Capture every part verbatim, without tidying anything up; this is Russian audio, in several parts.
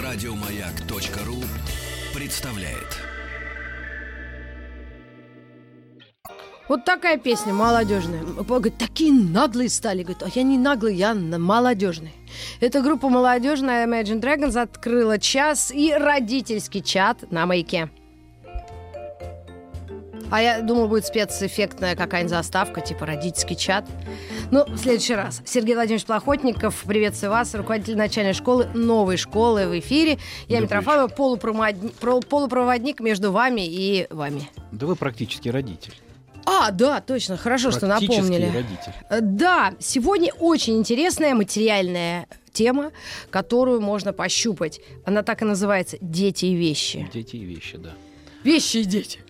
Радиомаяк.ру представляет. Вот такая песня молодежная. Говорит, такие наглые стали. Говорит, а я не наглый, я молодежный. Эта группа молодежная Imagine Dragons открыла час и родительский чат на Маяке. А я думала, будет спецэффектная какая-нибудь заставка, типа родительский чат. Ну, в следующий раз. Сергей Владимирович Плохотников, приветствую вас, руководитель начальной школы, новой школы в эфире. Я Митрофанова, полупроводник, полупроводник между вами и вами. Да вы практически родитель. А, да, точно, хорошо, что напомнили. Родитель. Да, сегодня очень интересная материальная тема, которую можно пощупать. Она так и называется «Дети и вещи». Дети и вещи, да. Вещи и дети.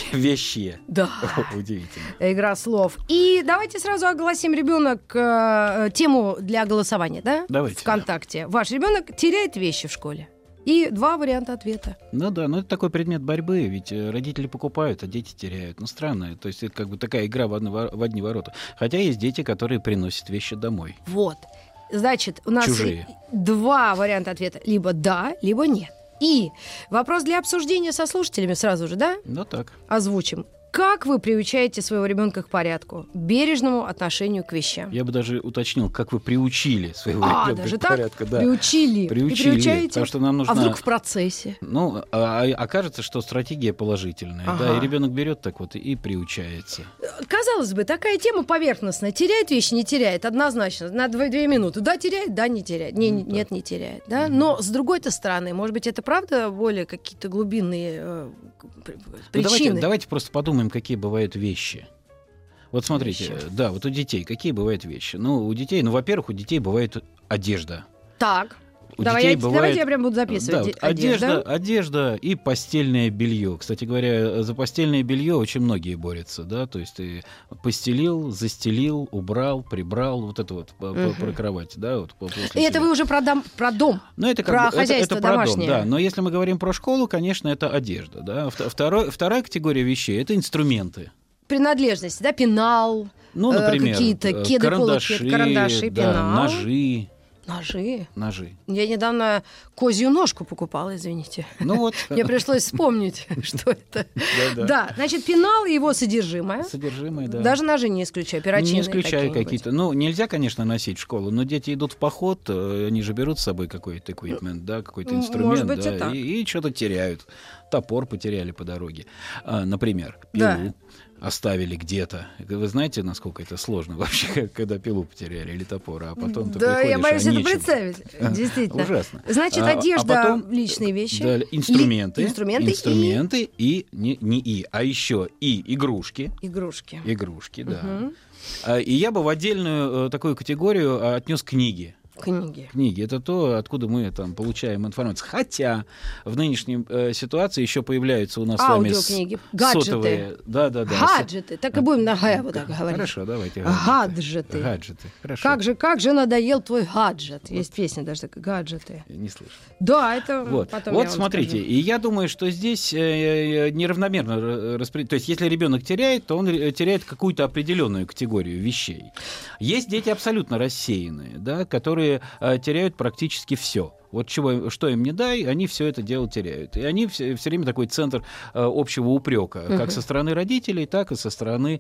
Вещи. Да. Удивительно. Игра слов. И давайте сразу огласим, ребенок, э, тему для голосования, да? Давайте. ВКонтакте. Ваш ребенок теряет вещи в школе. И два варианта ответа. Ну да, но это такой предмет борьбы, ведь родители покупают, а дети теряют. Ну странно, то есть это как бы такая игра в, одно, в одни ворота. Хотя есть дети, которые приносят вещи домой. Вот. Значит, у нас Чужие. Два варианта ответа. Либо да, либо нет. И вопрос для обсуждения со слушателями сразу же, да? Ну так. Озвучим. Как вы приучаете своего ребенка к порядку, бережному отношению к вещам? Я бы даже уточнил, как вы приучили своего а, ребенка даже к так? порядку. Да. Приучили. Приучили. И приучаете? Потому что нам нужно... А вдруг в процессе? Ну, а, окажется, что стратегия положительная. Ага. Да, и ребенок берет так вот и приучается. Казалось бы, такая тема поверхностная. Теряет вещи, не теряет. Однозначно. На две, две минуты. Да, теряет, да, не теряет. Не, ну, нет, не теряет. Да? Но с другой-то стороны, может быть, это правда более какие-то глубинные э, причины? Ну, давайте, давайте просто подумаем, какие бывают вещи. Вот смотрите, Вещи. да, вот у детей какие бывают вещи? Ну, у детей, ну, во-первых, у детей бывает одежда. Так. У Давай, детей я, бывает... Давайте я прям буду записывать. Да, вот одежда. одежда, одежда и постельное белье. Кстати говоря, за постельное белье очень многие борются, да, то есть ты постелил, застелил, убрал, прибрал, вот это вот угу. про кровать, да, вот. И это вы уже про дом, про дом. Ну, это про как бы, хозяйство это, это домашнее. Про дом, да. Но если мы говорим про школу, конечно, это одежда, да. Второй, вторая категория вещей — это инструменты. Принадлежности, да, пенал, ну, например, э, какие-то кеды, карандаши, полукеды, карандаши, да, пенал. ножи. Ножи? Ножи. Я недавно козью ножку покупала, извините. Ну вот. Мне пришлось вспомнить, что это. Да, значит, пенал и его содержимое. Содержимое, да. Даже ножи не исключаю, перочинные. Не исключаю какие-то. Ну, нельзя, конечно, носить в школу, но дети идут в поход, они же берут с собой какой-то эквипмент, да, какой-то инструмент. Может быть, да, и так. И, и что-то теряют. Топор потеряли по дороге. А, например, пилу. Да. Оставили где-то. Вы знаете, насколько это сложно вообще, когда пилу потеряли или топор, а потом ты да, приходишь, я боюсь а это нечем. представить. Действительно. Ужасно. Значит, одежда, а потом, личные вещи. Да, инструменты. Ли, инструменты, инструменты и... и не, не и, а еще и игрушки. Игрушки. Игрушки, да. Угу. И я бы в отдельную такую категорию отнес книги. Книги. Книги — это то, откуда мы там получаем информацию. Хотя в нынешней э, ситуации еще появляются у нас аудиокниги, с вами гаджеты. Сотовые... Да, да, да. Гаджеты. Так и будем на га вот так говорить. Хорошо, давайте. Гаджеты. Гаджеты. Хорошо. Как же, как же надоел твой гаджет. Есть вот. Песня даже такая, гаджеты. Я не слышу. Да, это вот. потом Вот я вам смотрите, скажу. И я думаю, что здесь э, неравномерно распределяется. То есть если ребенок теряет, то он теряет какую-то определенную категорию вещей. Есть дети абсолютно рассеянные, да, которые э, теряют практически все. Вот чего, что им не дай, они все это дело теряют. И они все, все время такой центр э, общего упрека, uh-huh. как со стороны родителей, так и со стороны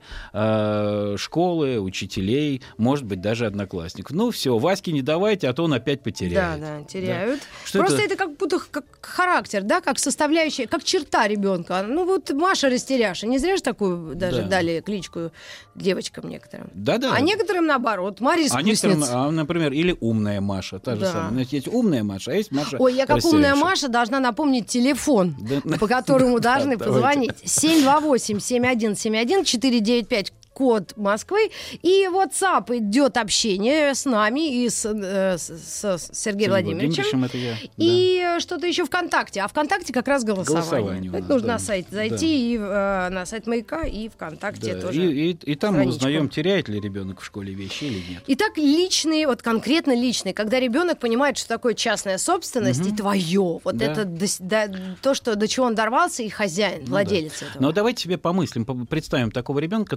э, школы, учителей, может быть, даже одноклассников. Ну, все, Ваське не давайте, а то он опять потеряет. Да, да, теряют. Да. Что Просто это? это как будто как характер, да, как составляющая, как черта ребенка. Ну, вот Маша Растеряша. Не зря же такую даже да. дали кличку девочкам некоторым. Да, да. А некоторым, наоборот, Марья Искусница. А некоторым, а, например, или умная Маша, та же да. самая. Значит, есть умная Маша, а есть Маша. Ой, я как умная Маша должна напомнить телефон, да, по которому должны позвонить. семь два восемь семь один семь один четыре девять пять код Москвы. И WhatsApp идет общение с нами и с, э, с, с Сергеем Владимировичем. Это я. И да. что-то еще ВКонтакте. А ВКонтакте как раз голосование. голосование нас, нужно да. на сайт зайти, да. и э, на сайт Маяка, и ВКонтакте да. тоже. И, и, и там страничку. мы узнаем, теряет ли ребенок в школе вещи или нет. Итак, личные, вот конкретно личные, когда ребенок понимает, что такое частная собственность угу. и твое. Вот да. это до, до, то, что, до чего он дорвался, и хозяин, ну, владелец да. этого. Но давайте себе помыслим, представим такого ребенка, который теряет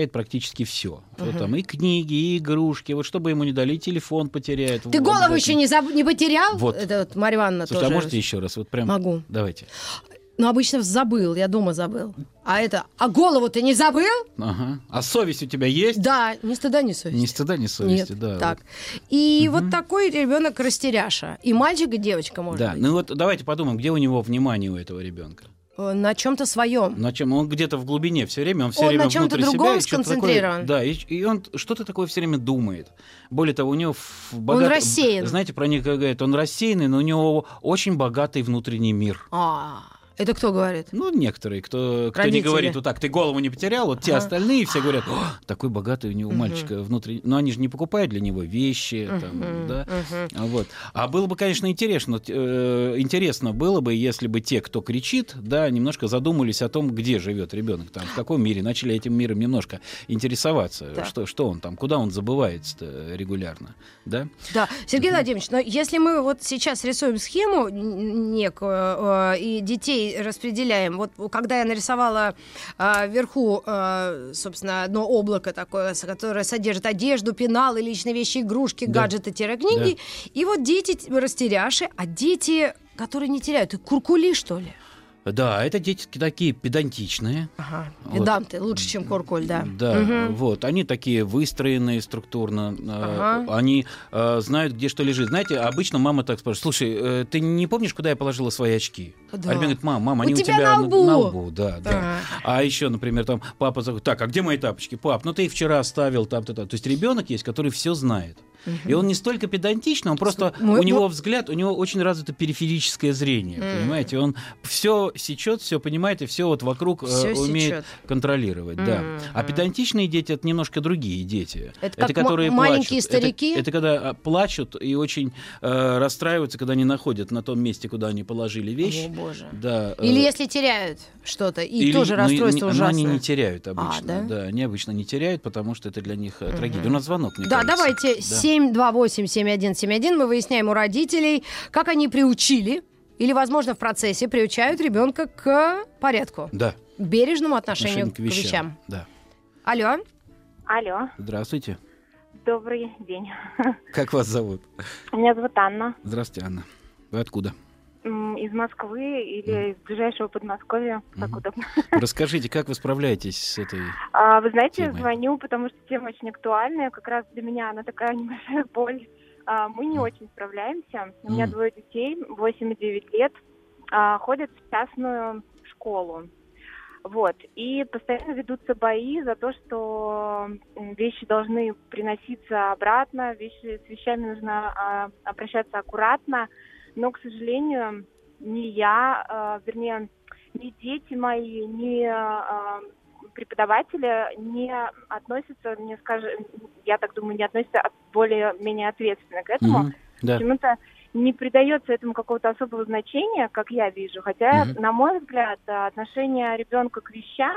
потеряет практически все. Угу. Вот там и книги, и игрушки. Вот чтобы ему не дали, и телефон потеряет. Ты голову еще не, заб... не потерял? Вот. Это вот Марья Ивановна Слушайте, тоже. а можете еще раз? Вот прям... Могу. Давайте. Ну, обычно забыл, я дома забыл. А это, а голову ты не забыл? Ага. А совесть у тебя есть? Да, ни стыда, ни совести. Ни стыда, ни совести, Нет, да. так. Вот. И Угу. вот такой ребенок растеряша. И мальчик, и девочка, может Да, быть. ну вот давайте подумаем, где у него внимание у этого ребенка. На чем-то своем. На чем? Он где-то в глубине все время, он все Он время на чём-то внутри другом себя, и что-то сконцентрирован. такое, да, и, и он что-то такое все время думает. Более того, у него богат... Он рассеян. Знаете, про них говорят, он рассеянный, но у него очень богатый внутренний мир. А, это кто говорит? Ну, некоторые, кто, кто не Родители. говорит вот так, ты голову не потерял, вот те Ага. остальные все говорят, «О, такой богатый у него мальчика внутри. Но они же не покупают для него вещи, там, Мгм, да. мгм. Вот. А было бы, конечно, интересно, э, интересно было бы, если бы те, кто кричит, да, немножко задумались о том, где живет ребенок, там, в каком мире, начали этим миром немножко интересоваться, Да. что, что он там, куда он забывается регулярно, да? Да, Сергей Владимирович, но если мы вот сейчас рисуем схему н- некую э, и детей распределяем, вот когда я нарисовала э, вверху, э, собственно, одно облако такое, с- которое содержит одежду, пеналы, личные вещи, игрушки, Да. гаджеты-книги, и вот дети т- растеряши, а дети, которые не теряют, и куркули, что ли? Да, это дети такие педантичные. Ага, Вот. педанты, лучше, чем куркуль, да. Да, Мгм. вот, они такие выстроенные структурно, э, Ага. они э, знают, где что лежит. Знаете, обычно мама так спрашивает, слушай, э, ты не помнишь, куда я положила свои очки? Да. А ребенок говорит, мам, мам, У они у тебя тебя, на лбу. на лбу. Да, да. Ага. А еще, например, там папа заходит, так, а где мои тапочки? Пап, ну ты их вчера оставил там-то, там. То есть ребенок есть, который все знает. И он не столько педантичный, он просто, Мы- у него взгляд, у него очень развито периферическое зрение, Мгм. понимаете? Он все сечет, все понимает, и все вот вокруг э, Всё умеет сечёт. контролировать, да. Мгм. А педантичные дети — это немножко другие дети. Это как ма- маленькие старики? Это, это когда а, плачут и очень э, расстраиваются, когда не находят на том месте, куда они положили вещь. О, боже. Да, э, Или если теряют что-то, и или- тоже ну, и- расстройство но ужасное. они не теряют обычно. да? да? они обычно не теряют, потому что это для них э, Мгм. трагедия. У нас звонок, мне Да, кажется. давайте Да. семь два восемь семь один семь один. Мы выясняем у родителей, как они приучили или, возможно, в процессе приучают ребенка к порядку, Да, к бережному отношению отношение к вещам. Да. Алло. Алло, Здравствуйте. добрый день. Как вас зовут? Меня зовут Анна. Здравствуйте, Анна. Вы откуда? М, Из Москвы или из ближайшего Подмосковья, как Мгм. удобно. Расскажите, как вы справляетесь с этой... А, вы знаете, Темой. звоню, потому что тема очень актуальная. Как раз для меня она такая небольшая боль. А, мы не Мгм. очень справляемся. У меня Мгм. двое детей, восемь и девять лет, а, ходят в частную школу. Вот. И постоянно ведутся бои за то, что м, вещи должны приноситься обратно, вещи, с вещами нужно а, обращаться аккуратно. Но, к сожалению, ни я, а, вернее, ни дети мои, ни а, преподаватели не относятся, мне скажем, я так думаю, не относятся от- более-менее ответственно к этому. Мгм. Да. Почему-то не придается этому какого-то особого значения, как я вижу. Хотя, Мгм. на мой взгляд, а, отношение ребенка к вещам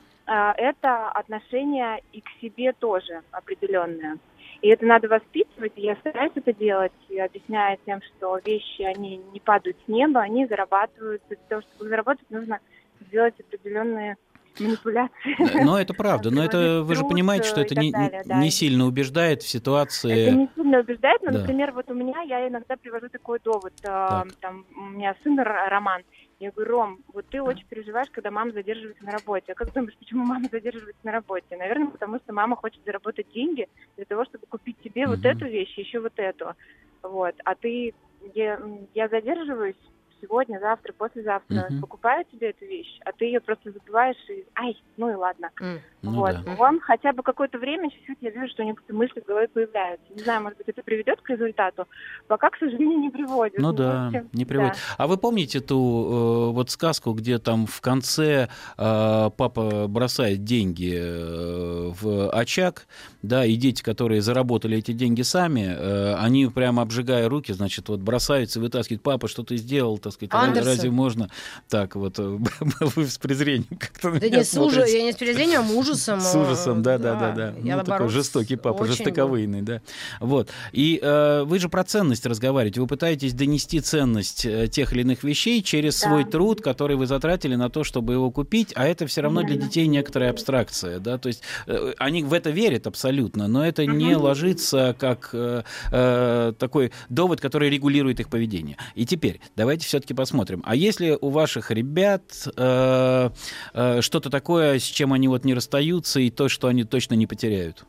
а, это отношение и к себе тоже определенное. И это надо воспитывать, и я стараюсь это делать, и объясняю тем, что вещи, они не падают с неба, они зарабатываются. Для того, чтобы заработать, нужно сделать определенные манипуляции. Но это правда. Но это вы же Труд, понимаете, что э, это и так не, далее, да. не сильно убеждает в ситуации. Это не сильно убеждает, но, Да. например, вот у меня, я иногда привожу такой довод, э, Так. там, у меня сын Р- Роман, я говорю, Ром, вот ты очень переживаешь, когда мама задерживается на работе. А как думаешь, почему мама задерживается на работе? Наверное, потому что мама хочет заработать деньги для того, чтобы купить тебе вот Мгм. эту вещь, еще вот эту. Вот. А ты, я, я задерживаюсь сегодня, завтра, послезавтра, Мгм. покупаю тебе эту вещь, а ты ее просто забываешь и, ай, ну и ладно. М. Ну вот. да. Он хотя бы какое-то время, чуть-чуть, я вижу, что у него какие-то мысли в голове появляются. Не знаю, может быть, это приведет к результату. Пока, к сожалению, не приводит. Ну в да, общем, не приводит. да. А вы помните ту э, вот сказку, где там в конце э, папа бросает деньги э, в очаг, да, и дети, которые заработали эти деньги сами, э, они прямо обжигая руки, значит, вот бросаются, вытаскивают, папа, что ты сделал-то так сказать. Андерсон. Разве можно так вот, вы с презрением как-то на Да меня не с ужасом, смотрите? я не с презрением, а ужасом. С ужасом, да, да, да, да. Я, Ну, наоборот, такой жестокий папа, очень жестоковыйный, да. Вот. И э, вы же про ценность разговариваете. Вы пытаетесь донести ценность э, тех или иных вещей через Да. свой труд, который вы затратили на то, чтобы его купить, а это все равно для Именно. детей некоторая абстракция, да, то есть э, они в это верят абсолютно, но это не Мгм. ложится как э, э, такой довод, который регулирует их поведение. И теперь давайте все-таки посмотрим. А если у ваших ребят э, э, что-то такое, с чем они вот не расстаются, и то, что они точно не потеряют?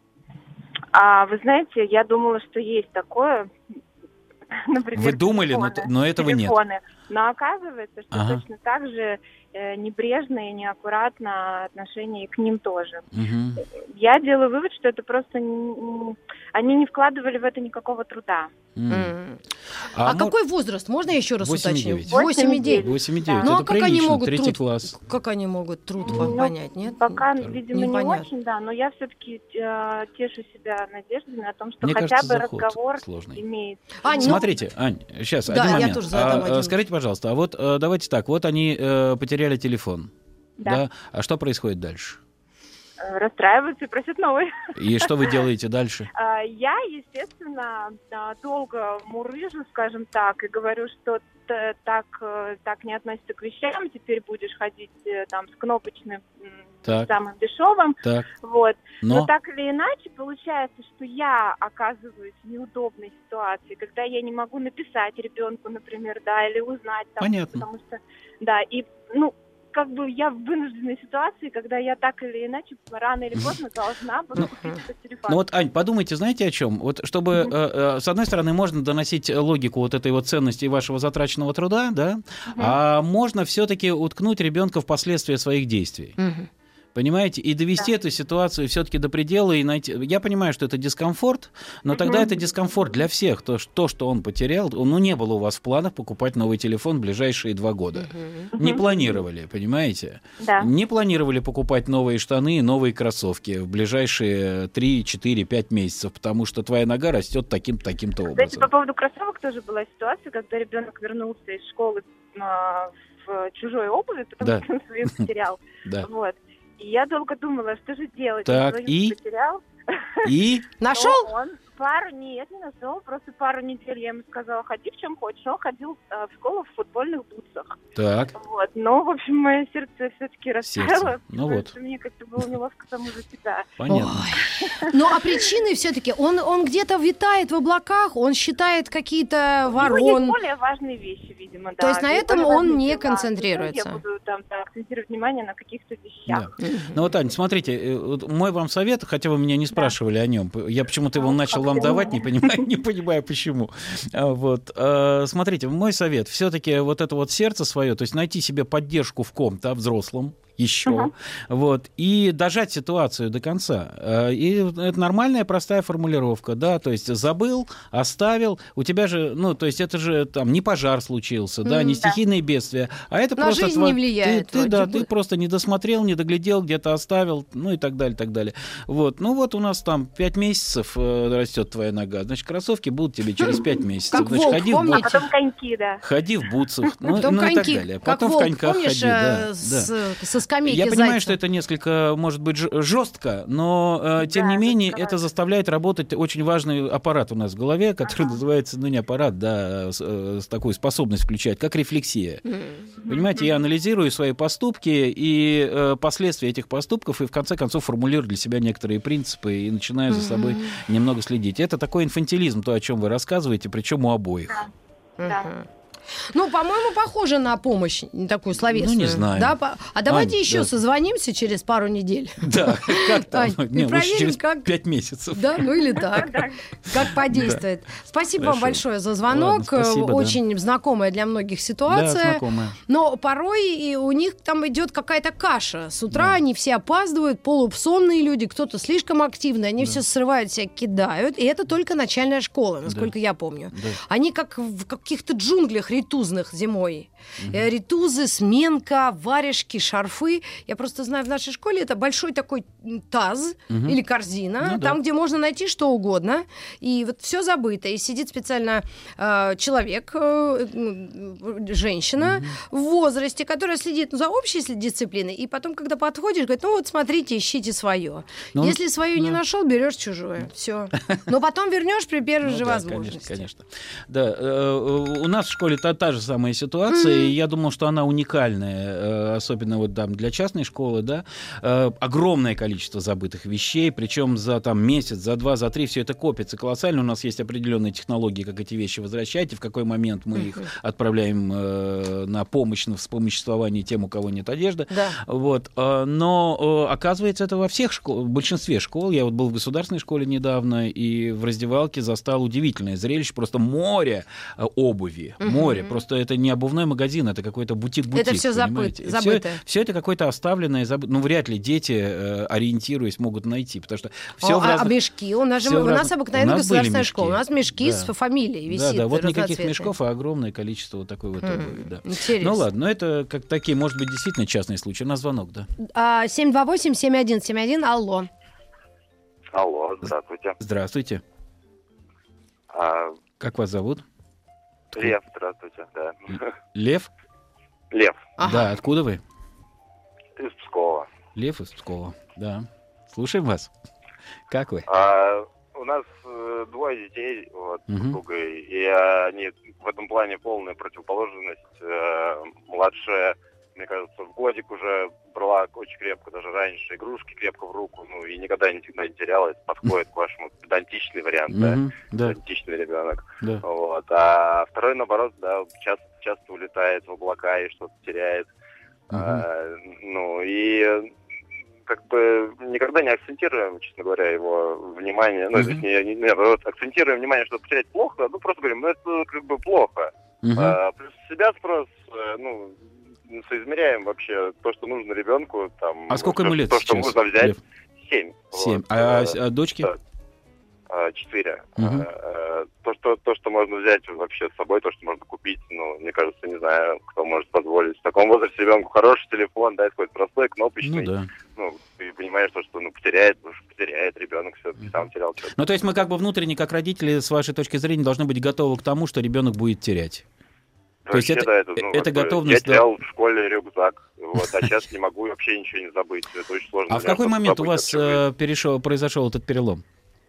А вы знаете, я думала, что есть такое. Например, Вы думали, но, телефоны. но этого нет. Телефоны. Но оказывается, что Ага. точно так же э, небрежно и неаккуратно отношение к ним тоже. Мгм. Я делаю вывод, что это просто н- они не вкладывали в это никакого труда. М. М. А А, мо- какой возраст? Можно я еще раз восемь и уточню? девять. восемь и девять. восемь и девять. Ну, а Это как они прилично, могут третий труд- класс. Как они могут труд Ну, понять, нет? Пока, второй. видимо, не Непонятно. очень, да, но я все-таки э, тешу себя надеждой на том, что Мне хотя кажется, бы заход разговор сложный. имеет. Ань, ну, Смотрите, Ань, сейчас, Да, один я момент. тоже задам А, один. а, скажите, пожалуйста, а вот э, давайте так, вот они э, потеряли телефон, Да. да. А что происходит дальше? э, Расстраиваются и просят новый. И что вы делаете дальше? А, Я, естественно, да, долго мурыжу, скажем так, и говорю, что т- так, э, так не относится к вещам, теперь будешь ходить э, там с кнопочным, м, Так. самым дешевым, Так, вот. Но... но... так или иначе, получается, что я оказываюсь в неудобной ситуации, когда я не могу написать ребенку, например, да, или узнать там, Понятно. потому что, да, и, ну, как бы я в вынужденной ситуации, когда я так или иначе рано или поздно должна буду Ну, купить этот телефон. Ну вот, Ань, подумайте, знаете о чем? Вот чтобы, Мгм. э, э, с одной стороны, можно доносить логику вот этой вот ценности вашего затраченного труда, да, а можно все-таки уткнуть ребенка в последствия своих действий. Мгм. Понимаете? И довести Да. эту ситуацию все-таки до предела и найти. Я понимаю, что это дискомфорт, но тогда Мгм. это дискомфорт для всех. То, ш- то, что он потерял, он, ну, не было у вас в планах покупать новый телефон в ближайшие два года. Мгм. Не планировали, понимаете? Да. Не планировали покупать новые штаны и новые кроссовки в ближайшие три, четыре, пять месяцев, потому что твоя нога растет таким-то, таким-то Кстати, образом. по поводу кроссовок тоже была ситуация, когда ребенок вернулся из школы а, в чужой обуви, потому Да. что он свою потерял. Да. Вот. И я долго думала, что же делать. Так, Он свою и? потерял. И Нашел? Но он пару, нет, не нашел, просто пару недель я ему сказала, ходи в чем хочешь. Он ходил э, в школу в футбольных бутсах. так, Вот. Но, в общем, мое сердце все-таки расстроилось. Ну потому вот. что мне как-то было неловко тому за тебя. понятно. Ой. Ну, а причины все-таки, он, он где-то витает в облаках, он считает какие-то У него есть ворон. более важные вещи, видимо, да. То есть на более этом важные он не дела. концентрируется. Я буду там да, акцентировать внимание на каких-то Да. вещах. Ну вот, Ань, смотрите, э, вот мой вам совет, хотя вы меня не спрашивали о нем, я почему-то его Ну, начал как вам ты давать, не думаешь? понимаю, не понимаю почему. А, Вот, э, смотрите, мой совет, все-таки вот это вот сердце свое, то есть найти себе поддержку в ком-то, взрослом, еще, Мгм. вот, и дожать ситуацию до конца. Э, И это нормальная простая формулировка, да, то есть забыл, оставил, у тебя же, ну, то есть это же там не пожар случился, да, Мгм. не Да. стихийные бедствия, а это На просто... жизнь тво- не влияет, Ты, ты, вроде да, бы. ты просто не досмотрел, не доглядел, где-то оставил, ну и так далее, так далее. Вот, ну вот у нас там пять месяцев э, растет твоя нога, значит, кроссовки будут тебе через пять месяцев. Как Значит, волк, ходи в помните? А бутсах, потом коньки, да. ходи в бутсах, ну, Потом ну и так коньки, далее. как Потом волк, в коньках помнишь, ходи, да, э, да. с- со скамейки Я понимаю, зайца? что это несколько, может быть, ж- жестко, но э, тем Да, не менее жестковато. это заставляет работать очень важный аппарат у нас в голове, который Ага. называется, ну не аппарат, да, с, э, с такую способность включать, как рефлексия. М. Понимаете, я анализирую свои поступки и э, последствия этих поступков, и в конце концов формулирую для себя некоторые принципы и начинаю за собой Мгм. немного следить. Это такой инфантилизм, то, о чем вы рассказываете, причем у обоих. Да. Мгм. Ну, по-моему, похоже на помощь не такую словесную. Ну, не знаю. Да, по- А давайте Ань, еще да. созвонимся через пару недель. Да, как там? Ань, Не, и лучше проверим, через как- пять месяцев. Да, ну или так. Да. Как подействует. Спасибо вам Хорошо. большое за звонок. Ладно, спасибо, да. Очень знакомая для многих Да, ситуация. знакомая. Но порой и у них там идет какая-то каша. С утра Да. они все опаздывают, полупсонные люди, кто-то слишком активный, они Да. все срывают себя, кидают. И это только начальная школа, насколько я помню. Да. Они как в каких-то джунглях ритузных зимой. Мгм. Э, Ритузы, сменка, варежки, шарфы. Я просто знаю, в нашей школе это большой такой м, таз Мгм. или корзина, Ну да. там, где можно найти что угодно. И вот все забыто. И сидит специально э, человек, э, м, женщина в возрасте, которая следит за общей сли- дисциплиной. И потом, когда подходишь, говорит, ну вот смотрите, ищите свое. Ну, Если свое не да. нашел, берешь чужое. Все. Но потом вернешь при первой Ну же да, возможности. Конечно, конечно. Да, э, у нас в школе та, та же самая ситуация, и я думал, что она уникальная, э, особенно вот там для частной школы, да. Э, огромное количество забытых вещей, причем за там месяц, за два, за три все это копится колоссально. У нас есть определенные технологии, как эти вещи возвращать, и в какой момент мы их отправляем э, на помощь, на вспомоществование тем, у кого нет одежды. Да. Вот. э, Но э, оказывается, это во всех школах, в большинстве школ. Я вот был в государственной школе недавно, и в раздевалке застал удивительное зрелище, просто море э, обуви, Мгм. море. Просто это не обувной магазин, это какой-то бутик-бутик. Это всё забыто- понимаете? И забытое. Все это какое-то оставленное, забы- ну, вряд ли дети, э, ориентируясь, могут найти, потому что все О, в а, разных... а мешки? У нас же всё мы- в у нас разных- обыкновенная у нас были государственная мешки. школа. У нас мешки Да. с фамилией висит. Да, да, вот никаких разноцветные. мешков, а огромное количество вот такой вот М, обуви, да. Интересно. Ну ладно, но это как такие, может быть, действительно частные случаи. У нас звонок, да. А, семь два восемь семь один семь один, алло. Алло, здравствуйте. Здравствуйте. А, Как вас зовут? Лев, здравствуйте, да. Лев? Лев Ага. Да, откуда вы? из Пскова. Лев из Пскова, да. Слушаем вас. Как вы? А, у нас э, двое детей, вот, с Мгм. супругой, и они в этом плане полная противоположность. Э, младшая, мне кажется, в годик уже брала очень крепко, даже раньше, игрушки крепко в руку, ну, и никогда не, всегда не теряла. Это подходит к вашему педантичный вариант, да, Мгм, да, педантичный ребенок. да. Вот. А второй, наоборот, да, часто, часто улетает в облака и что-то теряет. Мгм. А, ну, и как бы никогда не акцентируем, честно говоря, его внимание. Ну, Мгм. то есть не, не- не, вот акцентируем внимание, что потерять плохо, ну, просто говорим, ну, это как бы плохо. Мгм. А, плюс с себя спрос, э, ну, соизмеряем вообще то, что нужно ребенку. Там, А сколько то, ему лет То, что сейчас, можно взять. Лев? Семь. Семь. Вот. А, Э, а дочки? да. А, Четыре. Мгм. А, а, То, что, то, что можно взять вообще с собой, то, что можно купить, ну, мне кажется, не знаю, кто может позволить. В таком возрасте ребенку хороший телефон, да, какой-то простой, кнопочный. Ну да. Ну, ты понимаешь, то, что ну, потеряет, уж потеряет ребенок, все, ты сам терял что-то. Ну, то есть мы как бы внутренне, как родители, с вашей точки зрения, должны быть готовы к тому, что ребенок будет терять. То есть это- это, это как бы, готовность, Я терял в школе рюкзак, вот, а сейчас не могу вообще ничего не забыть. Это очень сложно. А в для меня какой что-то момент у забыть вас вообще. э, перешел, произошел этот перелом?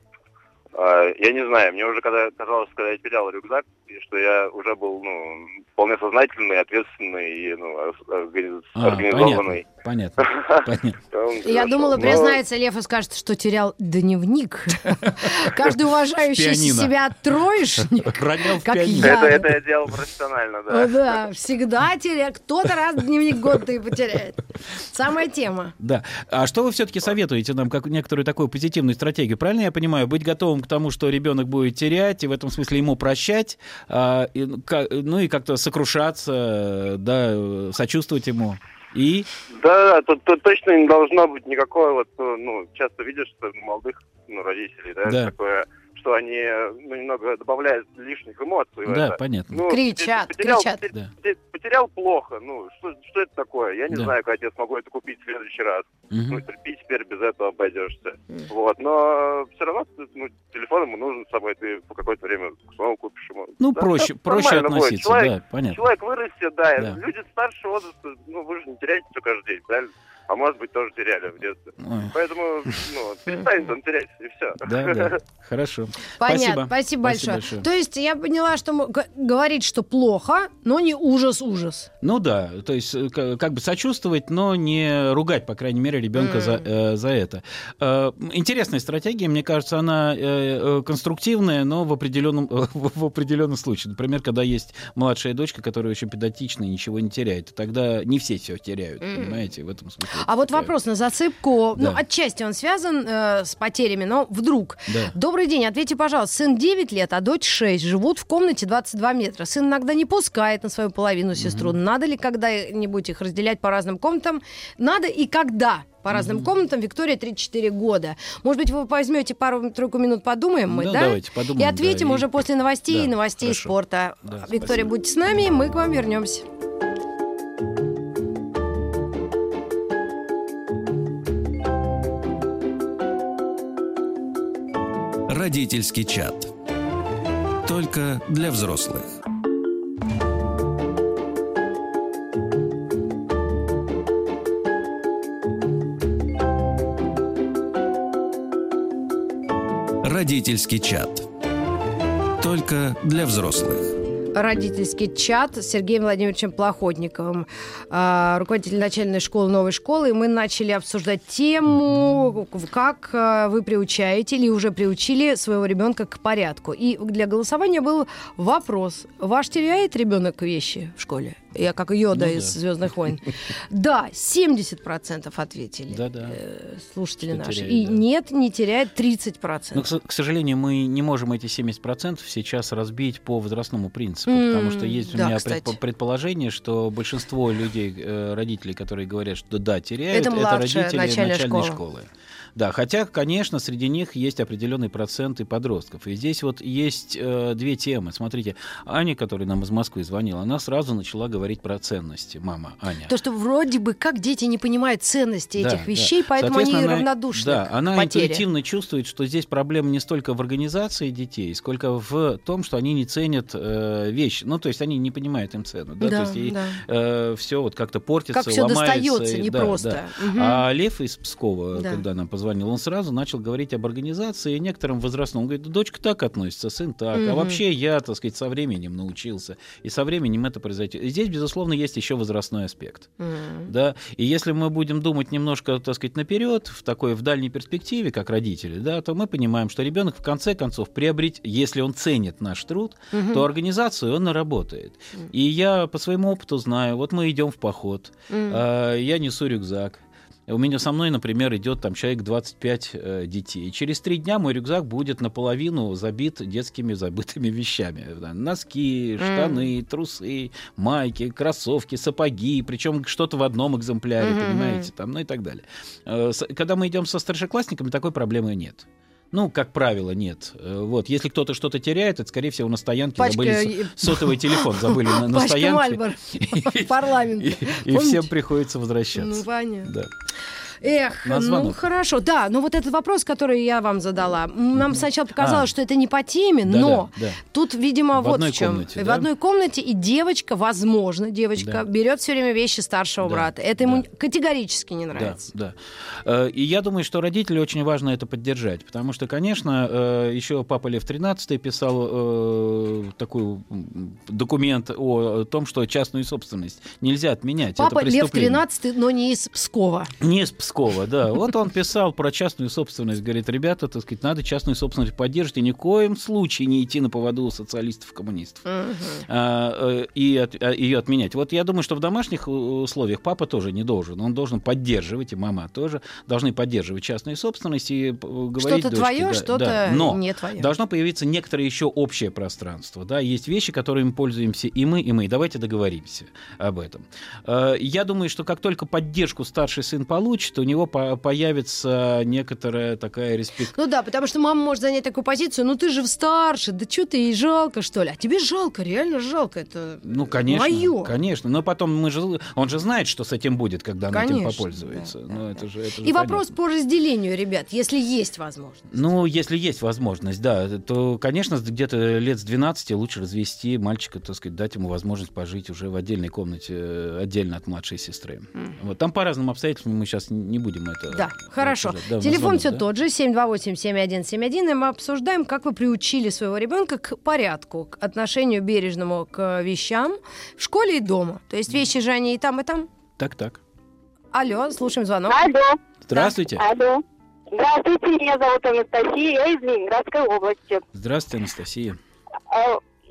А, Я не знаю, мне уже когда казалось, когда я терял рюкзак, и что я уже был, ну, вполне сознательный, ответственный и, ну, ос- организ- А, организованный. Понятно, понятно. Он Я произошел. думала, Но- признается Лев и скажет, что терял дневник. Каждый уважающий Пианино. себя троечник. Ронял в Как пианино. я. Это, это я делал профессионально, О, да. да, всегда теряет. Кто-то раз дневник год и потеряет. Самая тема. Да. А что вы все-таки советуете нам, как некоторую такую позитивную стратегию? Правильно я понимаю? Быть готовым к тому, что ребенок будет терять, и в этом смысле ему прощать, а, и, ну, ка- ну и как-то сокрушаться, да, сочувствовать ему. И Да, тут, тут точно не должно быть никакого, вот, ну, часто видишь, что у молодых, ну, родителей, да, Да. такое, что они, ну, немного добавляют лишних эмоций в да, это. понятно. Ну, Кричат, ты потерял, кричат. ты- Да. ты потерял плохо, ну, что, что это такое? Я не Да. знаю, как я смогу это купить в следующий раз. Мгм. Ну, терпи, теперь без этого обойдешься. Вот, но все равно, ну, телефон ему нужен с собой, ты по какое-то время снова купишь ему. Ну, Да, проще, да, проще нормально будет. относиться, Человек, да, понятно. человек вырастет, да, Да. люди старшего возраста, ну, вы же не теряете все каждый день, правильно? А может быть, тоже теряли в детстве. Ой, Поэтому, ну, перестанет он терять, и все. да, да, хорошо. Понятно, Спасибо. спасибо большое. большое. То есть я поняла, что м- г- говорить, что плохо, но не ужас-ужас. Ну да, то есть э, ка- как бы сочувствовать, но не ругать, по крайней мере, ребенка за, э, за это. Э, Интересная стратегия, мне кажется, она э, э, конструктивная, но в определенном, в в определенном случае. Например, когда есть младшая дочка, которая очень педантична и ничего не теряет, тогда не все все теряют, Мгм. понимаете, в этом смысле. А вот вопрос на засыпку. Да. Ну, отчасти он связан э, с потерями, но вдруг. Да. Добрый день, ответьте, пожалуйста. Сын девять лет, а дочь шесть. Живут в комнате двадцать два метра. Сын иногда не пускает на свою половину сестру. Угу. Надо ли когда-нибудь их разделять по разным комнатам? Надо и когда? По разным mm-hmm. комнатам. Виктория, тридцать четыре года. Может быть, вы возьмете пару-тройку минут, подумаем мы, ну, да? Давайте подумаем. И ответим да, уже и... после новостей да, и новостей хорошо. спорта. Да, Виктория, спасибо. будьте с нами, мы к вам вернемся. Родительский чат. Только для взрослых. Родительский чат. Только для взрослых. Родительский чат с Сергеем Владимировичем Плохотниковым, э, руководитель начальной школы «Новой школы». И мы начали обсуждать тему, как э, вы приучаете или уже приучили своего ребенка к порядку. И для голосования был вопрос. Ваш теряет ребенок вещи в школе? Я как Йода ну, из да. «Звездных войн». Да, семьдесят процентов ответили Да-да. э, слушатели Что наши. теряет, И да. нет, не теряет тридцать процентов. Но, к, к сожалению, мы не можем эти семьдесят процентов сейчас разбить по возрастному принципу, mm, потому что есть да, у меня кстати. предположение, что большинство людей, э, родителей, которые говорят, что да, теряют, это, это родители начальной, начальной школы. школы. Да, хотя, конечно, среди них есть определенный процент и подростков. И здесь вот есть э, две темы. Смотрите, Аня, которая нам из Москвы звонила, она сразу начала говорить про ценности. Мама, Аня. То, что вроде бы как дети не понимают ценности да, этих вещей, да. поэтому они она, равнодушны да, к она потере. интуитивно чувствует, что здесь проблема не столько в организации детей, сколько в том, что они не ценят э, вещи. Ну, то есть они не понимают им цену. Да? Да, то есть ей, да. э, все вот как-то портится, как все ломается. достается, и, непросто. Да, да. Угу. А Лев из Пскова, да. когда нам позвонил, он сразу начал говорить об организации и некотором возрастном. Он говорит, дочка так относится, сын так. Угу. А вообще я, так сказать, со временем научился. И со временем это произойдет. И здесь, безусловно, есть еще возрастной аспект. Угу. Да? И если мы будем думать немножко, так сказать, наперед, в такой, в дальней перспективе, как родители, да, то мы понимаем, что ребенок в конце концов приобретет, если он ценит наш труд, угу. то организацию он наработает. Угу. И я по своему опыту знаю, вот мы идем в поход, угу. э, я несу рюкзак. У меня со мной, например, идет там человек двадцать пять э, детей. Через три дня мой рюкзак будет наполовину забит детскими забытыми вещами. Носки, штаны, mm. трусы, майки, кроссовки, сапоги. Причем что-то в одном экземпляре, mm-hmm. понимаете, там, ну и так далее. Э, с, когда мы идем со старшеклассниками, такой проблемы нет. Ну, как правило, нет. Вот. Если кто-то что-то теряет, это, скорее всего, на стоянке Пачка... забыли сотовый телефон, забыли на, на стоянке. Парламент. И, и всем приходится возвращаться. Ну, понятно. Да. Эх, ну хорошо. Да, но вот этот вопрос, который я вам задала, нам mm-hmm. сначала показалось, а. что это не по теме, да, но да, да. тут, видимо, в вот в чем. Комнате, в да? одной комнате, и девочка, возможно, девочка да. берет все время вещи старшего да, брата. Это да. ему категорически не нравится. Да, да. И я думаю, что родителям очень важно это поддержать, потому что, конечно, еще папа Лев тринадцатый писал такой документ о том, что частную собственность нельзя отменять. Папа это Лев тринадцатый, но не из Пскова. Не из Пскова. Да. Вот он писал про частную собственность. Говорит, ребята, так сказать, надо частную собственность поддерживать и ни в коем случае не идти на поводу у социалистов и коммунистов. Uh-huh. а, и от, а, ее отменять. Вот я думаю, что в домашних условиях папа тоже не должен. Он должен поддерживать, и мама тоже должны поддерживать частную собственность и говорить что-то дочке, твое, да, что-то да. Но не твое. Должно появиться некоторое еще общее пространство. Да? Есть вещи, которыми пользуемся и мы, и мы. Давайте договоримся об этом. Я думаю, что как только поддержку старший сын получит, у него по- появится некоторая такая респект. Ну да, потому что мама может занять такую позицию, ну ты же старше, да что ты, ей жалко, что ли? А тебе жалко, реально жалко, это ну, конечно, моё. Конечно, но потом мы же, он же знает, что с этим будет, когда она конечно, этим попользуется. Да, ну, да, это да. же, это И же вопрос понятно. по разделению, ребят, если есть возможность. Ну, если есть возможность, да, то, конечно, где-то лет с двенадцати лучше развести мальчика, так сказать, дать ему возможность пожить уже в отдельной комнате, отдельно от младшей сестры. Mm. Вот. Там по разным обстоятельствам мы сейчас не будем это... Да, хорошо. Да, телефон все да? тот же, семь два восемь семь один семь один, и мы обсуждаем, как вы приучили своего ребенка к порядку, к отношению бережному к вещам в школе и дома. То есть вещи же они и там, и там. Так, так. Алло, слушаем звонок. Алло. Здравствуйте. Да. Алло. Здравствуйте, меня зовут Анастасия, я из Ленинградской области. Здравствуйте, Анастасия. У меня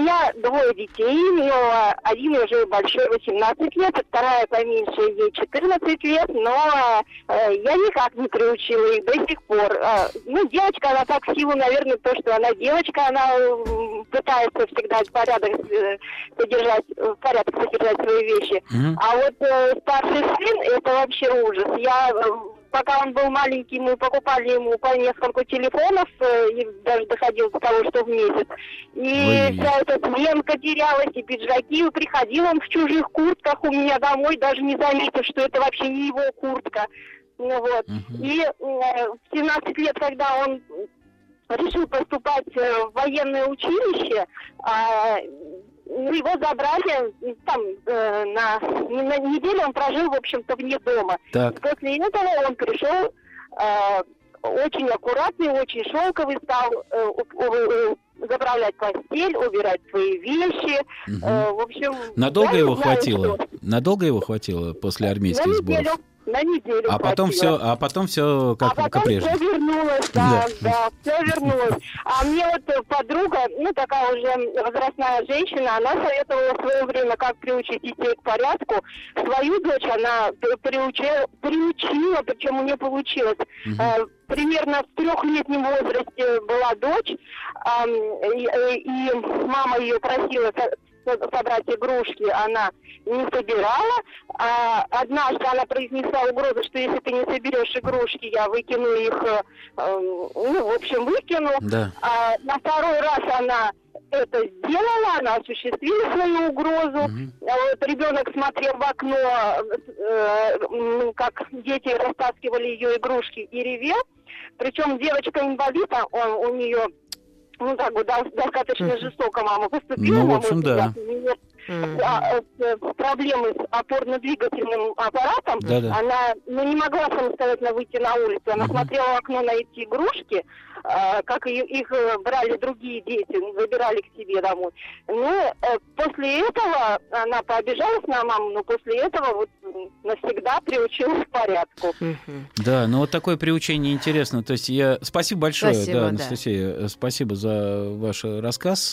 меня двое детей, но один уже большой, восемнадцать лет, а вторая поменьше, ей четырнадцать лет, но э, я никак не приучила их до сих пор. Э, ну, девочка, она так в силу, наверное, то, что она девочка, она э, пытается всегда порядок э, содержать, в порядок содержать свои вещи. Mm-hmm. А вот э, старший сын, это вообще ужас. Я... Пока он был маленький, мы покупали ему по несколько телефонов, э, и даже доходило до того, что в месяц. И Ой. вся эта сменка терялась, и пиджаки. Приходил он в чужих куртках у меня домой, даже не заметив, что это вообще не его куртка. Ну, вот. Uh-huh. И э, в семнадцать лет, когда он решил поступать в военное училище, э, его забрали, там, э, на, на неделю он прожил, в общем-то, вне дома. Так. После этого он пришел э, очень аккуратный, очень шелковый, стал э, э, заправлять постель, убирать свои вещи. Угу. Э, в общем, надолго его знаю, хватило? Что... Надолго его хватило после армейских сборов? На неделю. А потом все, а потом все как, а потом как прежде. Все вернулось, да, да, да, все вернулось. А мне вот подруга, ну такая уже возрастная женщина, она советовала в свое время, как приучить детей к порядку. Свою дочь она приучила, приучила, причем у нее получилось. Угу. Примерно в трехлетнем возрасте была дочь, и, и мама ее просила собрать игрушки, она не собирала. А однажды она произнесла угрозу, что если ты не соберешь игрушки, я выкину их, э, ну, в общем, выкину. Да. А на второй раз она это сделала, она осуществила свою угрозу. Угу. Вот ребенок смотрел в окно, э, ну, как дети растаскивали ее игрушки, и ревел. Причем девочка-инвалид, он, у нее... Ну, так вот, достаточно mm-hmm. жестоко мама поступила. Ну, в общем, да. Mm-hmm. А, а, проблемы с опорно-двигательным аппаратом. Да-да. Она ну, не могла самостоятельно выйти на улицу. Она mm-hmm. смотрела в окно на эти игрушки, а, как их, их брали другие дети, забирали к себе домой. Ну, после этого она пообижалась на маму, но после этого вот навсегда приучилась к порядку. Mm-hmm. Да, ну вот такое приучение интересно. То есть я... Спасибо большое, спасибо, да, Анастасия. Да. Спасибо за ваш рассказ.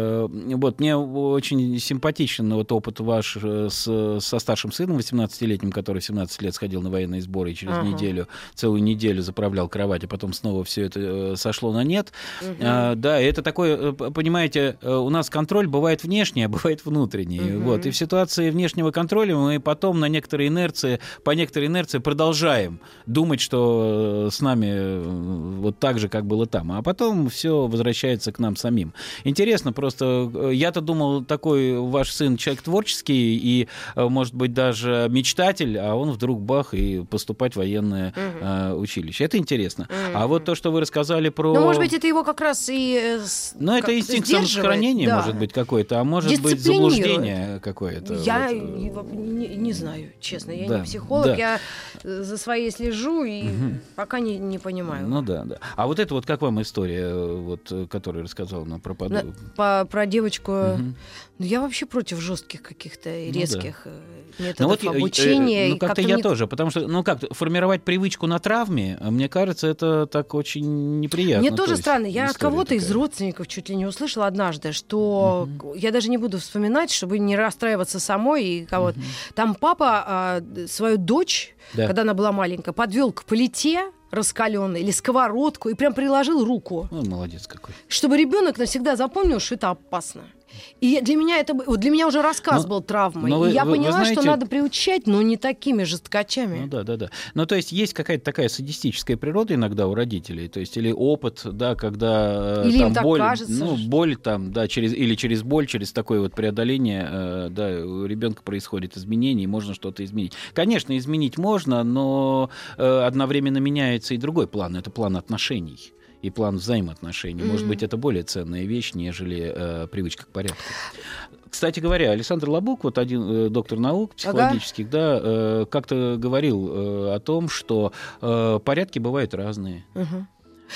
Вот, мне очень симпатично вот опыт ваш с, со старшим сыном, восемнадцатилетним, который в семнадцать лет сходил на военные сборы и через uh-huh. неделю, целую неделю заправлял кровать, а потом снова все это сошло на нет. Uh-huh. А, да, это такое, понимаете, у нас контроль бывает внешний, а бывает внутренний. Uh-huh. Вот, и в ситуации внешнего контроля мы потом на некоторой инерции, по некоторой инерции продолжаем думать, что с нами вот так же, как было там. А потом все возвращается к нам самим. Интересно, просто я-то думал, такой ваш сын человек творческий и, может быть, даже мечтатель, а он вдруг бах и поступать в военное угу. э, училище. Это интересно. Угу. А вот то, что вы рассказали про... Ну, может быть, это его как раз и... Ну, это инстинкт самосохранения, да. может быть, какой-то, а может быть, заблуждение какое-то. Я вот. не, не знаю, честно. Я да. не психолог, да. я за своей слежу и угу. пока не, не понимаю. Ну да, да. А вот это вот как вам история, вот, которую рассказала нам про подругу? По, про девочку... Угу. Ну, я вообще против жестких каких-то резких ну, да. методов ну, вот, обучения. Э, ну, как-то, как-то я мне... тоже, потому что, ну, как формировать привычку на травме, мне кажется, это так очень неприятно. Мне тоже странно. Я от кого-то такая. Из родственников чуть ли не услышала однажды, что угу. я даже не буду вспоминать, чтобы не расстраиваться самой и кого-то. Угу. Там папа а, свою дочь, да. когда она была маленькая, подвел к плите раскаленной или сковородку и прям приложил руку. Ну, молодец какой. Чтобы ребенок навсегда запомнил, что это опасно. И для меня это для меня уже рассказ но, был травмой. И я вы, поняла, вы знаете, что надо приучать, но не такими жесткачами. Ну да, да, да. Ну то есть есть какая-то такая садистическая природа иногда у родителей, то есть или опыт, да, когда или там им так боль, кажется, ну боль там, да, через или через боль, через такое вот преодоление, да, у ребенка происходит изменение, и можно что-то изменить. Конечно, изменить можно, но одновременно меняется и другой план, это план отношений. И план взаимоотношений. Mm-hmm. Может быть, это более ценная вещь, нежели э, привычка к порядку. Кстати говоря, Александр Лабук, вот один э, доктор наук психологических, ага. да, э, как-то говорил э, о том, что э, порядки бывают разные. Uh-huh.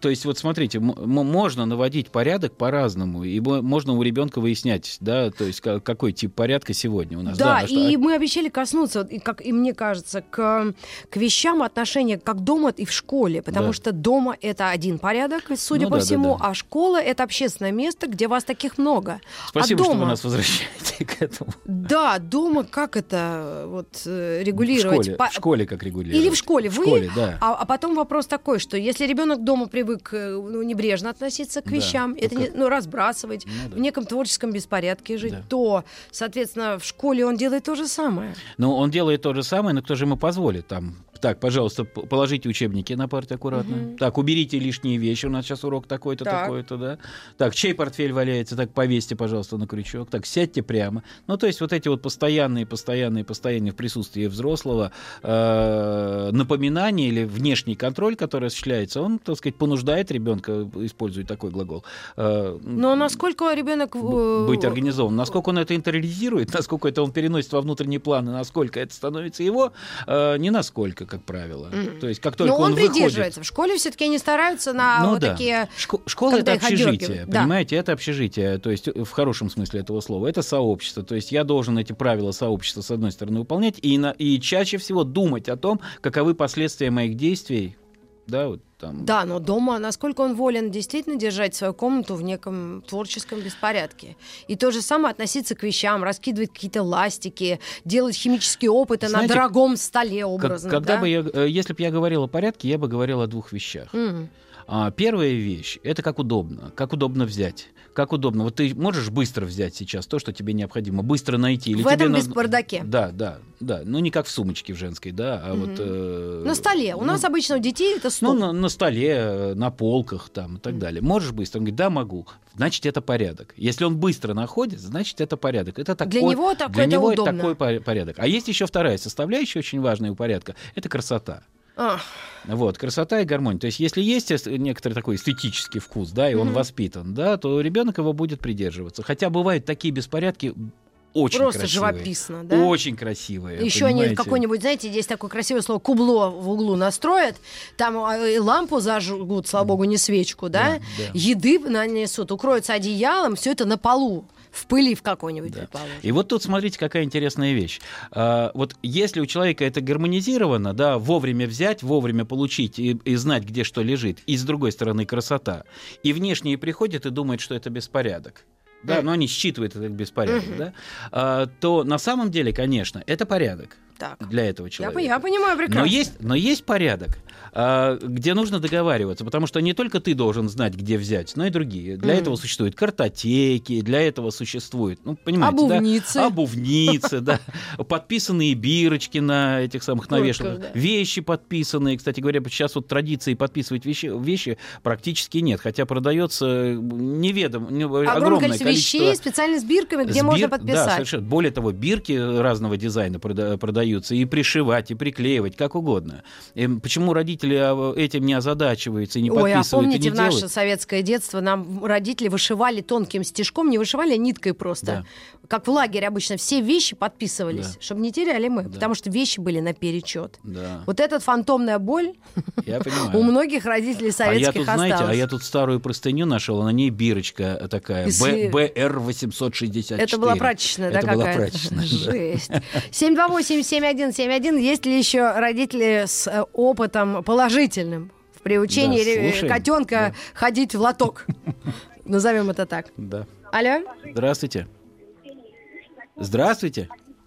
то есть вот смотрите, м- можно наводить порядок по-разному, и можно у ребенка выяснять, да, то есть какой тип порядка сегодня у нас. Да, да, и что... мы обещали коснуться, и, как и мне кажется, к, к вещам отношения как дома и в школе, потому Да. что дома это один порядок, судя Ну по да, да, всему, да. а школа это общественное место, где вас таких много. Спасибо, а что дома... вы нас возвращаете к этому. Да, дома как это вот э, В регулировать? школе, По- в школе как регулировать? Или в школе В вы, школе, да. а, а потом вопрос такой, что если ребенок дома привык э, ну, небрежно относиться к Да, вещам, это не, как- ну, разбрасывать, Ну да. в неком творческом беспорядке жить, Да. то, соответственно, в школе он делает то же самое. Ну, он делает то же самое, но кто же ему позволит там? Так, пожалуйста, п- положите учебники на парте аккуратно. Мгм. Так, уберите лишние вещи. У нас сейчас урок такой-то, Так. такой-то, да. Так, чей портфель валяется? Так, повесьте, пожалуйста, на крючок. Так, сядьте прямо. Ну, то есть вот эти вот постоянные, постоянные, постоянные в присутствии взрослого э, напоминания или внешний контроль, который осуществляется, он, так сказать, понуждает ребенка, использует такой глагол, э, Но насколько ребенок... б- быть организованным. Насколько он это интериоризирует, насколько это он переносит во внутренний план, и насколько это становится его, э, не насколько, как правило. Мгм. То есть как только Но он, он выходит... придерживается. В школе все-таки они стараются на Ну вот да. такие... Шко- Школа — когда это их общежитие, отдергивают. Да. понимаете, это общежитие, то есть в хорошем смысле этого слова. Это сообщество, то есть я должен эти правила сообщества, с одной стороны, выполнять, и, на, и чаще всего думать о том, каковы последствия моих действий, да, вот там... Да, но дома, насколько он волен действительно держать свою комнату в неком творческом беспорядке. И то же самое относиться к вещам, раскидывать какие-то ластики, делать химические опыты Знаете, на дорогом столе Как- образно. когда да? бы я, э, если бы я говорил о порядке, я бы говорил о двух вещах. Мгм. А, первая вещь — это как удобно. Как удобно взять. Как удобно. Вот ты можешь быстро взять сейчас то, что тебе необходимо, быстро найти. Или В этом тебе надо- беспорядке. Да, да, да. Ну, не как в сумочке в женской, да, а Мгм. вот... э, На столе. У ну, нас обычно у детей это Ну, стол. на, на столе, э, на полках там и так Мгм. далее. Можешь быстро? Он говорит, да, могу. Значит, это порядок. Если он быстро находит, значит, это порядок. Это такой, Для него такой- для это него это удобно. такой пор- порядок. А есть еще вторая составляющая, очень важная у порядка, это красота. А, Вот, красота и гармония. То есть, если есть эс- некоторый такой эстетический вкус, да, и он Мгм. воспитан, да, то ребенок его будет придерживаться. Хотя бывают такие беспорядки очень просто красивые. живописно, да? Очень красивые. Еще они понимаете? какой-нибудь, знаете, здесь такое красивое слово кубло в углу настроят, там а, и лампу зажгут, слава богу, не свечку, да? Да, да. Еды нанесут, укроются одеялом, все это на полу, в пыли в какой-нибудь, Да. предположим. И вот тут смотрите, какая интересная вещь. А, вот если у человека это гармонизировано, да, вовремя взять, вовремя получить и, и знать, где что лежит, и с другой стороны красота, и внешние приходят и думают, что это беспорядок. Да, Мгм. но они считывают это как беспорядок, Мгм. да, а, то на самом деле, конечно, это порядок Так. для этого Я, человека. по- я понимаю прекрасно. Но есть, но есть порядок, а, где нужно договариваться, потому что не только ты должен знать, где взять, но и другие. Для Мгм. этого существуют картотеки, для этого существуют, ну, понимаете, да? Обувницы. Обувницы, да, подписанные бирочки на этих самых Куртках, навешенных, да. вещи подписанные. Кстати говоря, сейчас вот традиции подписывать вещи, вещи практически нет, хотя продается неведом, не- Огромное огромное количество количество вещей специально с бирками, где Сбир- можно Да, подписать. совершенно. Более того, бирки разного дизайна прода- продаются, и пришивать, и приклеивать, как угодно. И почему родители а, этим не озадачиваются и не Ой, а подписывают, и помните, не в наше делают? советское детство нам родители вышивали тонким стежком, не вышивали, а ниткой просто. Как в лагере обычно все вещи подписывались, Да. чтобы не теряли мы, Да. потому что вещи были наперечет. Да, Вот эта фантомная боль я понимаю. у многих родителей А я советских тут, знаете, осталась. а я тут старую простыню нашел, а на ней бирочка такая, Из- Б- бэ эр восемьсот шестьдесят четыре. Это была прачечная, да, Это была какая-то? прачечная, да. Жесть. семь два восемь семь один семь один. Есть ли еще родители с э, опытом положительным в приучении Да, ре- слушаем. котенка Да. ходить в лоток? Назовем это так. Да. Алло? Здравствуйте. Здравствуйте.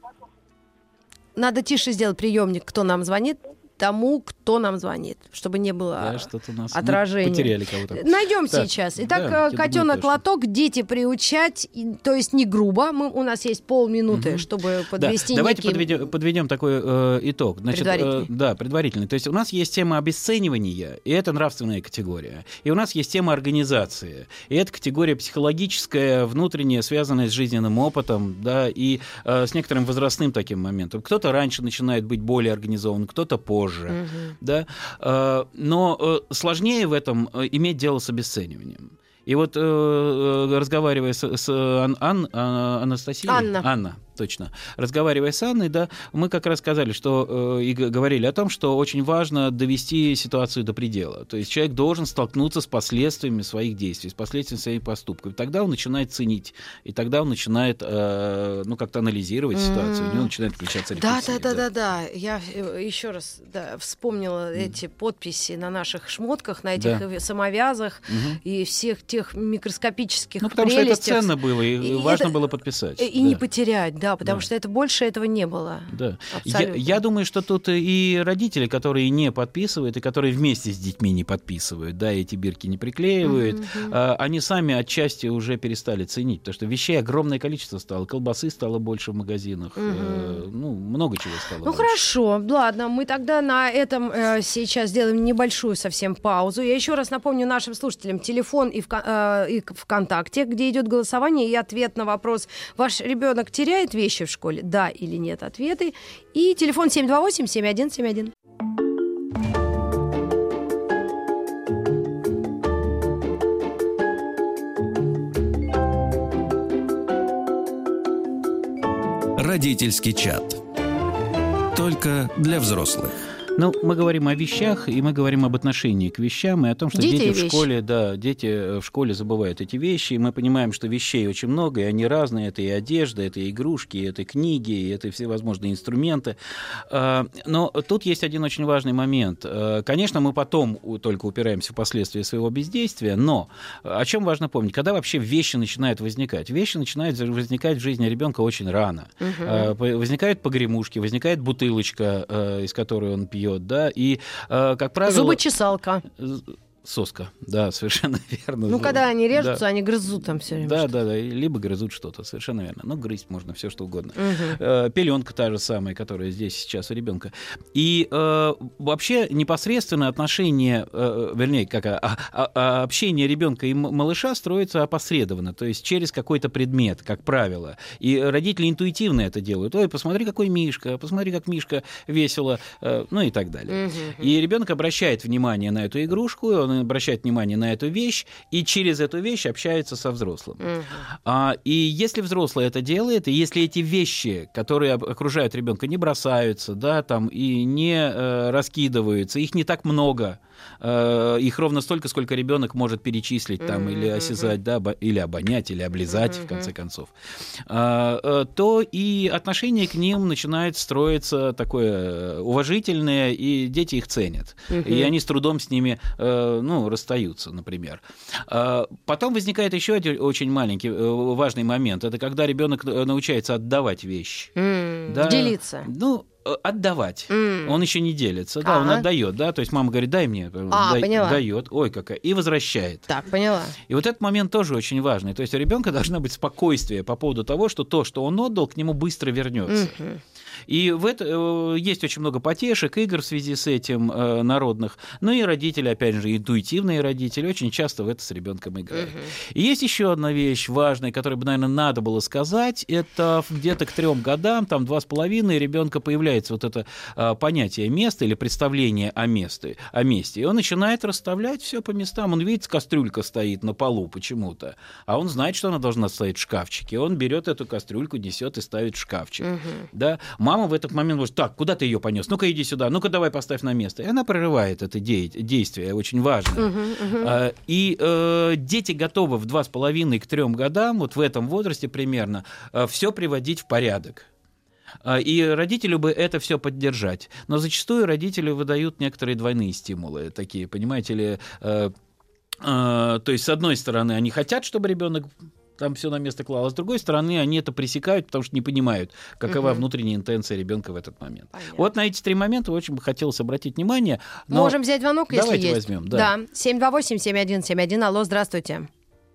Надо тише сделать приемник, кто нам звонит, тому, кто нам звонит, чтобы не было Да, что-то у нас мы отражения. потеряли кого-то. Найдем Так, сейчас. да, Итак, я э, думаю, котенок точно. лоток, дети приучать, и- то есть не грубо. Мы, у нас есть полминуты, Мгм. чтобы Да, подвести давайте некий... подведем, подведем такой э, итог. Значит, Предварительный. э, да, предварительный. То есть у нас есть тема обесценивания, и это нравственная категория. И у нас есть тема организации, и это категория психологическая, внутренняя, связанная с жизненным опытом, да, и э, с некоторым возрастным таким моментом. Кто-то раньше начинает быть более организован, кто-то позже. Мгм. Да? Э, Но э, сложнее в этом э, иметь дело с обесцениванием. И вот э, разговаривая с, с Ан, Ан, Анастасией... Анна. Анна. Точно. Разговаривая с Анной, да, мы как раз сказали, что э, и говорили о том, что очень важно довести ситуацию до предела. То есть человек должен столкнуться с последствиями своих действий, с последствиями своих поступков. И тогда он начинает ценить, и тогда он начинает, э, ну, как-то анализировать mm-hmm. ситуацию, у него начинает включаться рефлексия. Да, да, да, да, да. Я еще раз да, вспомнила mm-hmm. эти подписи на наших шмотках, на этих да. самовязах mm-hmm. и всех тех микроскопических ну, потому прелестях. Что это ценно было, и, и важно это... было подписать. И да. не потерять, да. Да, потому да. что это больше этого не было. Да. Я, я думаю, что тут и родители, которые не подписывают, и которые вместе с детьми не подписывают, да, эти бирки не приклеивают, uh-huh, uh-huh. они сами отчасти уже перестали ценить, потому что вещей огромное количество стало, колбасы стало больше в магазинах, uh-huh. э, ну, много чего стало Ну, больше. хорошо, ладно, мы тогда на этом э, сейчас сделаем небольшую совсем паузу. Я еще раз напомню нашим слушателям телефон и, в, э, и ВКонтакте, где идет голосование, и ответ на вопрос, ваш ребенок теряет вещи в школе, да или нет, ответы. И телефон семь два восемь семь один семь один. Родительский чат. Только для взрослых. Ну, мы говорим о вещах, и мы говорим об отношении к вещам, и о том, что дети, дети в школе, да, дети в школе забывают эти вещи, и мы понимаем, что вещей очень много, и они разные, это и одежда, это и игрушки, это книги, и это всевозможные инструменты. Но тут есть один очень важный момент. Конечно, мы потом только упираемся в последствия своего бездействия, но о чем важно помнить? Когда вообще вещи начинают возникать? Вещи начинают возникать в жизни ребенка очень рано. Угу. Возникают погремушки, возникает бутылочка, из которой он пьет, да, и, э, как правило... Зубочесалка. Соска, да, совершенно верно. Ну, когда они режутся, да. они грызут там все время. Да, что-то. да, да, либо грызут что-то, совершенно верно. Ну, грызть можно все что угодно. Угу. Э, пеленка та же самая, которая здесь сейчас у ребенка. И э, вообще непосредственно отношение, э, вернее, как а, а, а, общение ребенка и малыша строится опосредованно, то есть через какой-то предмет, как правило. И родители интуитивно это делают. Ой, посмотри, какой Мишка, посмотри, как Мишка весело, э, ну и так далее. Угу. И ребенок обращает внимание на эту игрушку, он обращает внимание на эту вещь, и через эту вещь общается со взрослым. Uh-huh. А, и если взрослый это делает, и если эти вещи, которые окружают ребенка, не бросаются, да, там, и не э, раскидываются, их не так много, э, их ровно столько, сколько ребенок может перечислить, там, uh-huh. или осязать, да, или обонять, или облизать, uh-huh. в конце концов, э, э, то и отношение к ним начинает строиться такое уважительное, и дети их ценят. Uh-huh. И они с трудом с ними, э, ну, расстаются, например. Потом возникает еще один очень маленький, важный момент. Это когда ребенок научается отдавать вещи. Mm, да? Делиться. Ну, отдавать. Mm. Он еще не делится. Да, ага. он отдает. Да? То есть мама говорит, дай мне. А, дай, поняла. Дает. Ой, какая. И возвращает. Так, поняла. И вот этот момент тоже очень важный. То есть у ребенка должно быть спокойствие по поводу того, что то, что он отдал, к нему быстро вернется. Mm-hmm. И в это э, есть очень много потешек, игр в связи с этим э, народных. Ну и родители, опять же, интуитивные родители, очень часто в это с ребенком играют. Uh-huh. И есть еще одна вещь важная, которую бы, наверное, надо было сказать. Это где-то к трем годам, там два с половиной, ребенка появляется вот это э, понятие места или представление о месте, о месте. И он начинает расставлять все по местам. Он видит, кастрюлька стоит на полу почему-то, а он знает, что она должна стоять в шкафчике. Он берет эту кастрюльку, несет и ставит в шкафчик. Uh-huh. Да? Мама в этот момент может, так, куда ты ее понес? Ну-ка иди сюда, ну-ка давай поставь на место. И она прерывает это де- действие, очень важное. Uh-huh, uh-huh. А, и э, дети готовы в два с половиной к трем годам, вот в этом возрасте примерно, э, все приводить в порядок. И родителю бы это все поддержать. Но зачастую родители выдают некоторые двойные стимулы, такие, понимаете ли, э, э, то есть, с одной стороны, они хотят, чтобы ребенок там все на место клал, а с другой стороны, они это пресекают, потому что не понимают, какова угу. внутренняя интенция ребенка в этот момент. Понятно. Вот на эти три момента очень бы хотелось обратить внимание. Но можем взять звонок, если давайте есть. Возьмем, да. Да, семь два восемь семь один семь один. Алло, здравствуйте.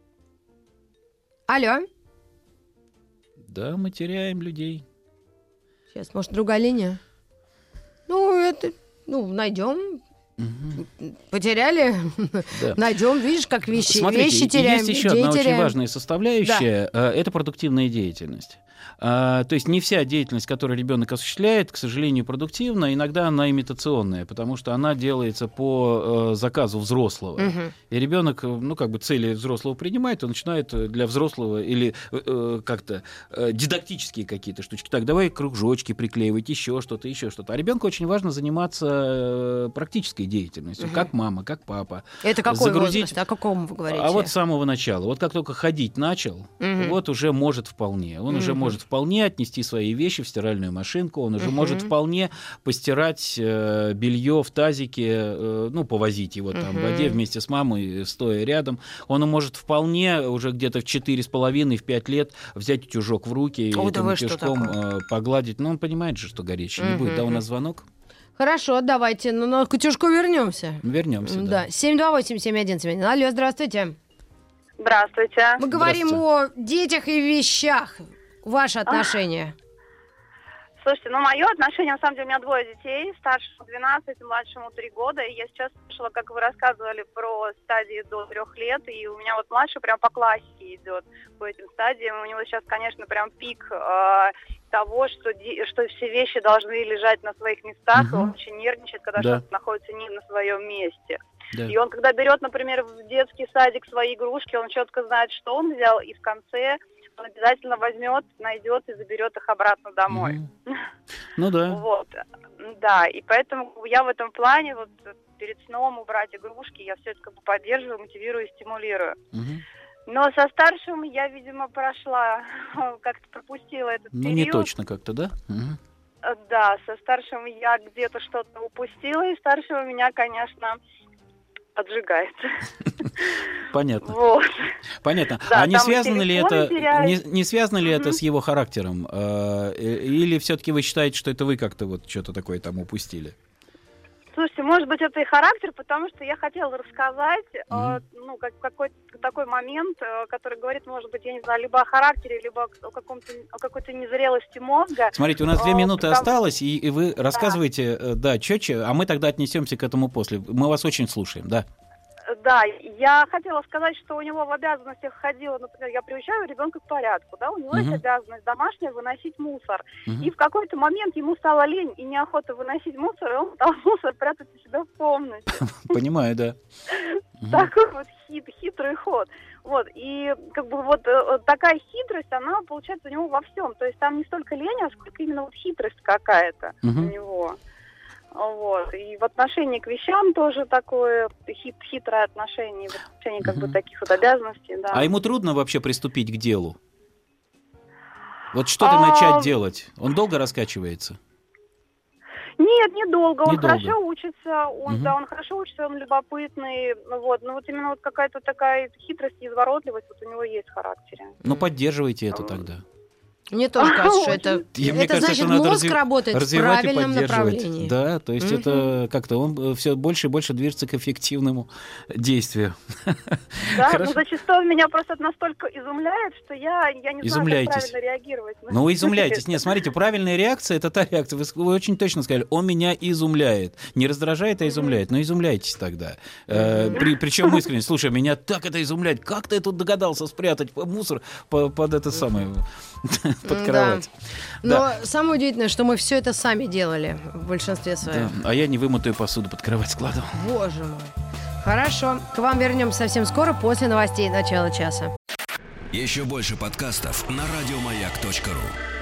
Алло. Да, мы теряем людей. Сейчас, может, другая линия? Ну, это, ну, найдем. Угу. Потеряли? Да. Найдем, видишь, как вещи, Смотрите, вещи теряем, есть еще людей одна теряем. очень важная составляющая, да. Это продуктивная деятельность. А, то есть не вся деятельность, которую ребенок осуществляет, к сожалению, продуктивна. Иногда она имитационная, потому что она делается по э, заказу взрослого. Угу. И ребенок, ну, как бы цели взрослого принимает, он начинает для взрослого или э, как-то э, дидактические какие-то штучки. Так, давай кружочки приклеивать, еще что-то, еще что-то. А ребенку очень важно заниматься э, практической деятельностью, угу. как мама, как папа. Это какой Загрузить... возраст? О каком вы говорите? А вот с самого начала. Вот как только ходить начал, угу. вот уже может вполне. Он угу. уже может вполне отнести свои вещи в стиральную машинку, он уже uh-huh. может вполне постирать э, белье в тазике, э, ну, повозить его там uh-huh. в воде вместе с мамой, стоя рядом. Он может вполне уже где-то в четыре с половиной, в пять лет взять утюжок в руки О, и этим утюжком э, погладить. Ну, он понимает же, что горячий uh-huh. не будет. Да, у нас звонок. Хорошо, давайте, ну, на к утюжку вернемся. Вернемся, да. Да, семь два восемь семь один семь один. Алло, здравствуйте. Здравствуйте. Мы говорим о детях и вещах. Ваши отношения? Слушайте, ну, мое отношение, на самом деле, у меня двое детей, старшему двенадцать, младшему три года, и я сейчас слышала, как вы рассказывали про стадии до трех лет, и у меня вот младший прям по классике идет по этим стадиям, у него сейчас, конечно, прям пик э, того, что, что все вещи должны лежать на своих местах, угу. и он очень нервничает, когда да. что-то находится не на своем месте. Да. И он, когда берет, например, в детский садик свои игрушки, он четко знает, что он взял, и в конце он обязательно возьмет, найдет и заберет их обратно домой. Mm-hmm. Ну да. Вот, да, и поэтому я в этом плане вот перед сном убрать игрушки, я все это как бы поддерживаю, мотивирую и стимулирую. Mm-hmm. Но со старшим я, видимо, прошла, как-то пропустила этот ну, период. Ну не точно как-то, да? Mm-hmm. Да, со старшим я где-то что-то упустила, и старшего меня, конечно... отжигает. Понятно. Вот. Понятно. Да, а не связано ли это, не, не связано ли mm-hmm. это с его характером? Э, или все-таки вы считаете, что это вы как-то вот что-то такое там упустили? Слушайте, может быть, это и характер, потому что я хотела рассказать, mm-hmm. э, ну, как, какой-то такой момент, э, который говорит, может быть, я не знаю, либо о характере, либо о, каком-то, о какой-то незрелости мозга. Смотрите, у нас две минуты потому... осталось, и, и вы рассказываете, да, да четче, а мы тогда отнесемся к этому после. Мы вас очень слушаем, да. Да, я хотела сказать, что у него в обязанностях входило, например, я приучаю ребенка к порядку, да, у него uh-huh. есть обязанность домашняя выносить мусор. Uh-huh. И в какой-то момент ему стало лень и неохота выносить мусор, и он стал мусор прятать у себя в комнате. Понимаю, да. Такой вот хитрый ход. Вот, и как бы вот такая хитрость, она получается у него во всем. То есть там не столько лень, а сколько именно вот хитрость какая-то у него. Вот. И в отношении к вещам тоже такое хит, хитрое отношение, в отношении как угу. бы таких вот обязанностей, да. А ему трудно вообще приступить к делу? Вот что-то а... начать делать? Он долго раскачивается? Нет, недолго. Он недолго. хорошо учится, он, угу. да, он хорошо учится, он любопытный, вот. Но вот именно вот какая-то такая хитрость и изворотливость вот у него есть в характере. Ну, поддерживайте это тогда. Мне тоже кажется, что это, Я, это кажется, значит, это мозг разви... работает в правильном направлении. Да, то есть mm-hmm. это как-то он все больше и больше движется к эффективному действию. Да, но зачастую меня просто это настолько изумляет, что я, я не знаю, как правильно реагировать. Ну, изумляйтесь. Нет, смотрите, правильная реакция — это та реакция. Вы, вы очень точно сказали, он меня изумляет. Не раздражает, а изумляет. Mm-hmm. Но изумляйтесь тогда. Mm-hmm. При, причем искренне. Слушай, меня так это изумляет. Как ты тут догадался спрятать мусор под, под это самое... под кровать. Да. Но да. самое удивительное, что мы все это сами делали в большинстве своем. Да. А я невымытую посуду под кровать складывал. Боже мой. Хорошо. К вам вернемся совсем скоро, после новостей начала часа. Еще больше подкастов на радиомаяк точка ру.